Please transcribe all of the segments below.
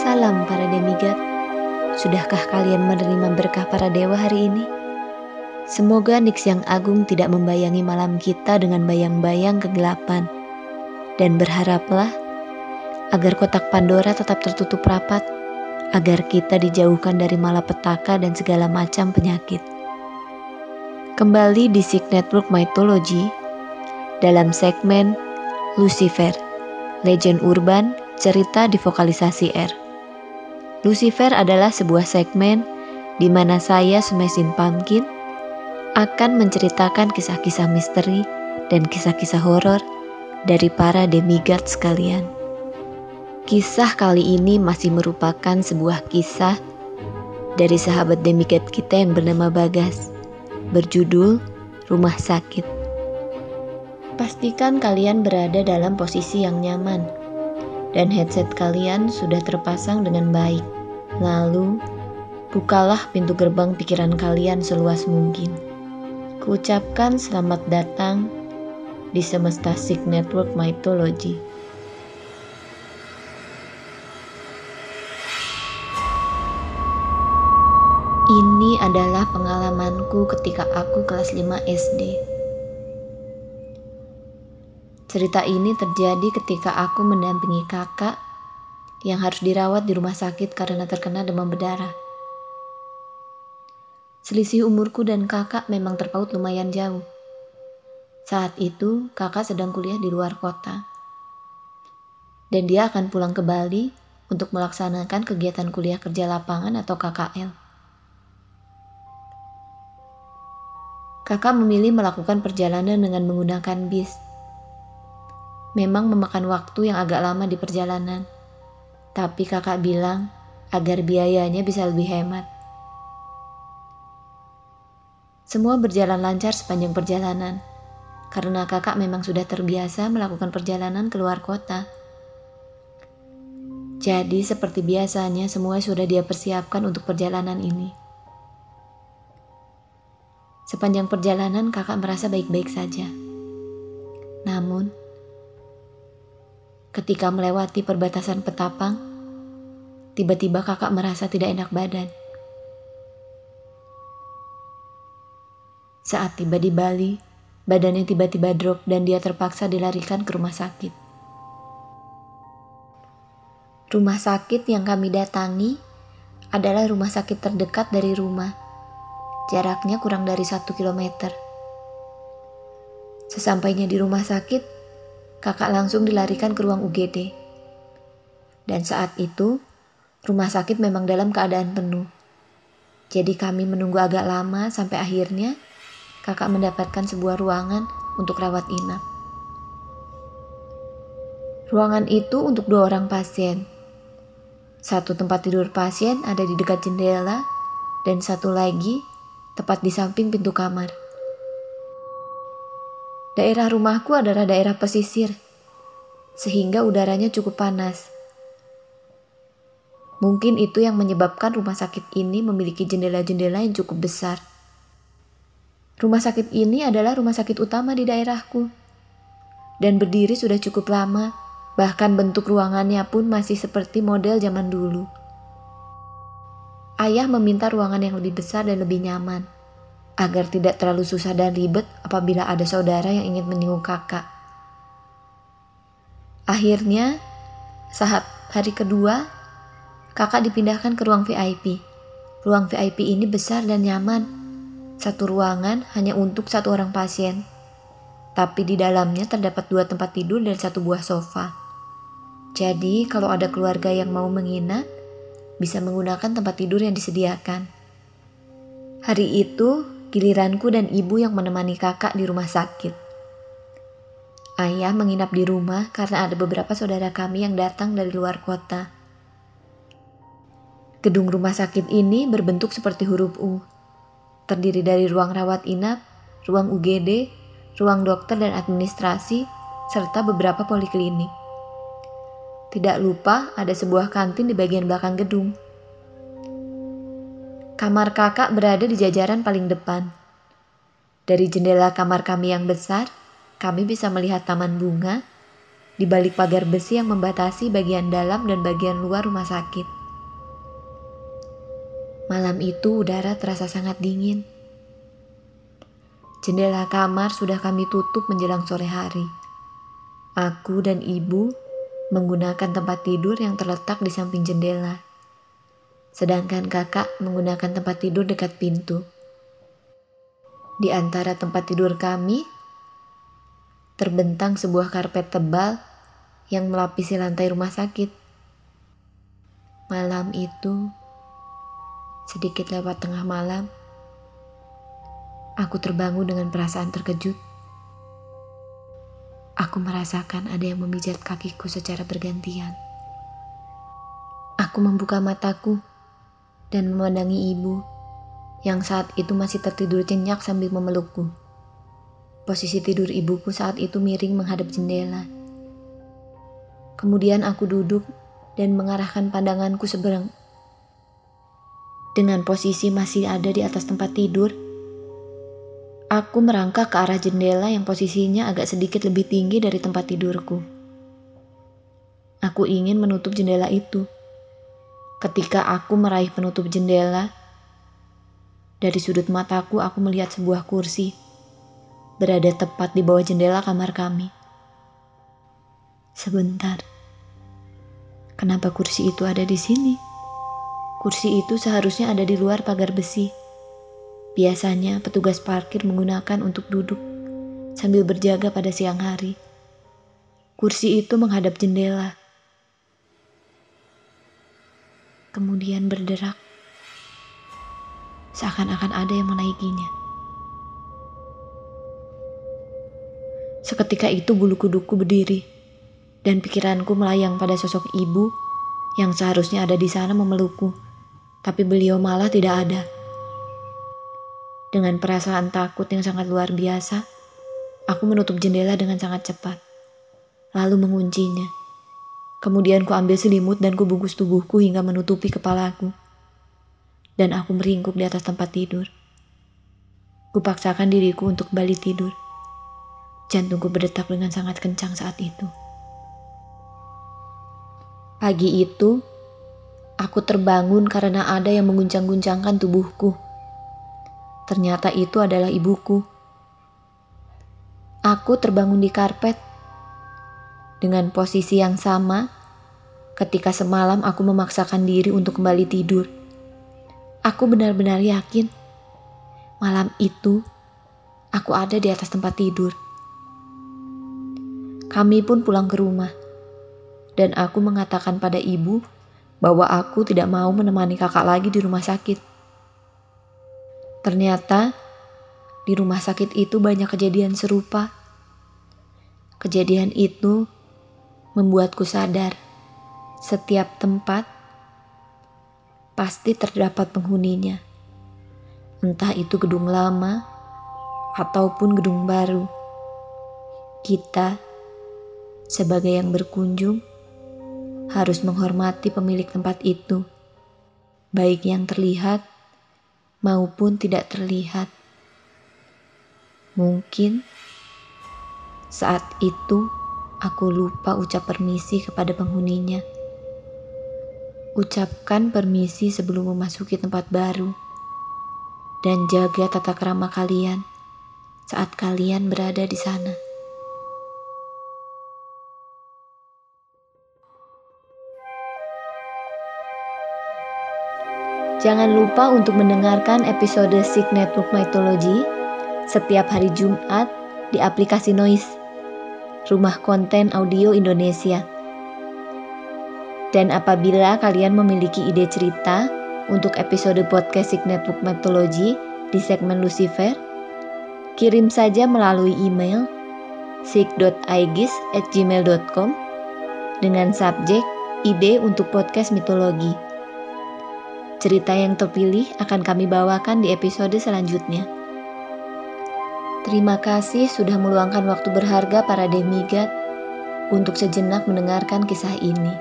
Salam para demigod, sudahkah kalian menerima berkah para dewa hari ini? Semoga Nix yang agung tidak membayangi malam kita dengan bayang-bayang kegelapan. Dan berharaplah agar kotak Pandora tetap tertutup rapat, agar kita dijauhkan dari malapetaka dan segala macam penyakit. Kembali di Sig Network Mythology, dalam segmen Lucifer, Legend Urban, cerita divokalisasi R. Lucifer adalah sebuah segmen di mana saya, Smashing Pumpkin, akan menceritakan kisah-kisah misteri dan kisah-kisah horor dari para demigod sekalian. Kisah kali ini masih merupakan sebuah kisah dari sahabat demigod kita yang bernama Bagas, berjudul Rumah Sakit. Pastikan kalian berada dalam posisi yang nyaman dan headset kalian sudah terpasang dengan baik. Lalu, bukalah pintu gerbang pikiran kalian seluas mungkin. Kuucapkan selamat datang di semesta Sig Network Mythology. Ini adalah pengalamanku ketika aku kelas 5 SD. Cerita ini terjadi ketika aku mendampingi kakak yang harus dirawat di rumah sakit karena terkena demam berdarah. Selisih umurku dan kakak memang terpaut lumayan jauh. Saat itu kakak sedang kuliah di luar kota. Dan dia akan pulang ke Bali untuk melaksanakan kegiatan kuliah kerja lapangan atau KKL. Kakak memilih melakukan perjalanan dengan menggunakan bis. Memang memakan waktu yang agak lama di perjalanan. Tapi kakak bilang agar biayanya bisa lebih hemat. Semua berjalan lancar sepanjang perjalanan, karena kakak memang sudah terbiasa melakukan perjalanan keluar kota. Jadi seperti biasanya semua sudah dia persiapkan untuk perjalanan ini. Sepanjang perjalanan kakak merasa baik-baik saja. Namun, ketika melewati perbatasan Petapang, tiba-tiba kakak merasa tidak enak badan. Saat tiba di Bali, badannya tiba-tiba drop dan dia terpaksa dilarikan ke rumah sakit. Rumah sakit yang kami datangi adalah rumah sakit terdekat dari rumah. Jaraknya kurang dari 1 kilometer. Sesampainya di rumah sakit, kakak langsung dilarikan ke ruang UGD. Dan saat itu, rumah sakit memang dalam keadaan penuh. Jadi kami menunggu agak lama sampai akhirnya kakak mendapatkan sebuah ruangan untuk rawat inap. Ruangan itu untuk 2 orang pasien. Satu tempat tidur pasien ada di dekat jendela dan satu lagi tepat di samping pintu kamar. Daerah rumahku adalah daerah pesisir, sehingga udaranya cukup panas. Mungkin itu yang menyebabkan rumah sakit ini memiliki jendela-jendela yang cukup besar. Rumah sakit ini adalah rumah sakit utama di daerahku, dan berdiri sudah cukup lama, bahkan bentuk ruangannya pun masih seperti model zaman dulu. Ayah meminta ruangan yang lebih besar dan lebih nyaman, agar tidak terlalu susah dan ribet apabila ada saudara yang ingin menyenguk kakak. Akhirnya, saat hari kedua, kakak dipindahkan ke ruang VIP. Ruang VIP ini besar dan nyaman. Satu ruangan hanya untuk 1 orang pasien. Tapi di dalamnya terdapat 2 tempat tidur dan 1 buah sofa. Jadi kalau ada keluarga yang mau menginap, bisa menggunakan tempat tidur yang disediakan. Hari itu, giliranku dan ibu yang menemani kakak di rumah sakit. Ayah menginap di rumah karena ada beberapa saudara kami yang datang dari luar kota. Gedung rumah sakit ini berbentuk seperti huruf U. Terdiri dari ruang rawat inap, ruang UGD, ruang dokter dan administrasi, serta beberapa poliklinik. Tidak lupa ada sebuah kantin di bagian belakang gedung. Kamar kakak berada di jajaran paling depan. Dari jendela kamar kami yang besar, kami bisa melihat taman bunga, di balik pagar besi yang membatasi bagian dalam dan bagian luar rumah sakit. Malam itu udara terasa sangat dingin. Jendela kamar sudah kami tutup menjelang sore hari. Aku dan ibu menggunakan tempat tidur yang terletak di samping jendela. Sedangkan kakak menggunakan tempat tidur dekat pintu. Di antara tempat tidur kami, terbentang sebuah karpet tebal yang melapisi lantai rumah sakit. Malam itu, sedikit lewat tengah malam, aku terbangun dengan perasaan terkejut. Aku merasakan ada yang memijat kakiku secara bergantian. Aku membuka mataku dan memandangi ibu yang saat itu masih tertidur nyenyak sambil memelukku. Posisi tidur ibuku saat itu miring menghadap jendela. Kemudian aku duduk dan mengarahkan pandanganku seberang. Dengan posisi masih ada di atas tempat tidur, aku merangkak ke arah jendela yang posisinya agak sedikit lebih tinggi dari tempat tidurku. Aku ingin menutup jendela itu. Ketika aku meraih penutup jendela, dari sudut mataku aku melihat sebuah kursi berada tepat di bawah jendela kamar kami. Sebentar, kenapa kursi itu ada di sini? Kursi itu seharusnya ada di luar pagar besi. Biasanya petugas parkir menggunakan untuk duduk sambil berjaga pada siang hari. Kursi itu menghadap jendela. Kemudian berderak. Seakan-akan ada yang menaikinya. Seketika itu bulu kuduku berdiri dan pikiranku melayang pada sosok ibu yang seharusnya ada di sana memelukku, tapi beliau malah tidak ada. Dengan perasaan takut yang sangat luar biasa, aku menutup jendela dengan sangat cepat, lalu menguncinya. Kemudian ku ambil selimut dan ku bungkus tubuhku hingga menutupi kepalaku. Dan aku meringkuk di atas tempat tidur. Kupaksakan diriku untuk kembali tidur. Jantungku berdetak dengan sangat kencang saat itu. Pagi itu, aku terbangun karena ada yang mengguncang-guncangkan tubuhku. Ternyata itu adalah ibuku. Aku terbangun di karpet. Dengan posisi yang sama, ketika semalam aku memaksakan diri untuk kembali tidur. Aku benar-benar yakin, malam itu aku ada di atas tempat tidur. Kami pun pulang ke rumah, dan aku mengatakan pada ibu bahwa aku tidak mau menemani kakak lagi di rumah sakit. Ternyata, di rumah sakit itu banyak kejadian serupa. Kejadian itu membuatku sadar, setiap tempat pasti terdapat penghuninya. Entah itu gedung lama ataupun gedung baru. Kita, sebagai yang berkunjung, harus menghormati pemilik tempat itu, baik yang terlihat maupun tidak terlihat. Mungkin saat itu aku lupa ucap permisi kepada penghuninya. Ucapkan permisi sebelum memasuki tempat baru, dan jaga tata krama kalian saat kalian berada di sana. Jangan lupa untuk mendengarkan episode Sick Network Mythology setiap hari Jumat di aplikasi Noise, rumah konten audio Indonesia. Dan apabila kalian memiliki ide cerita untuk episode podcast Sick Network Mythology di segmen Lucifer, kirim saja melalui email sick.aegis@gmail.com dengan subjek ide untuk podcast mitologi. Cerita yang terpilih akan kami bawakan di episode selanjutnya. Terima kasih sudah meluangkan waktu berharga para demigod untuk sejenak mendengarkan kisah ini.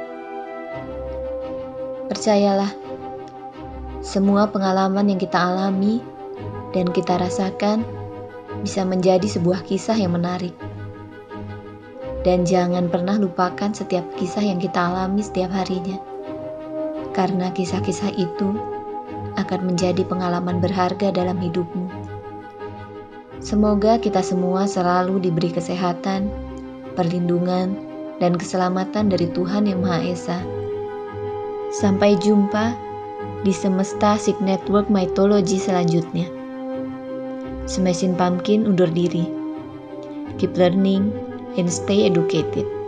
Percayalah, semua pengalaman yang kita alami dan kita rasakan bisa menjadi sebuah kisah yang menarik. Dan jangan pernah lupakan setiap kisah yang kita alami setiap harinya. Karena kisah-kisah itu akan menjadi pengalaman berharga dalam hidupmu. Semoga kita semua selalu diberi kesehatan, perlindungan, dan keselamatan dari Tuhan Yang Maha Esa. Sampai jumpa di Semesta Sig Network Mythology selanjutnya. Smashing Pumpkin undur diri. Keep learning and stay educated.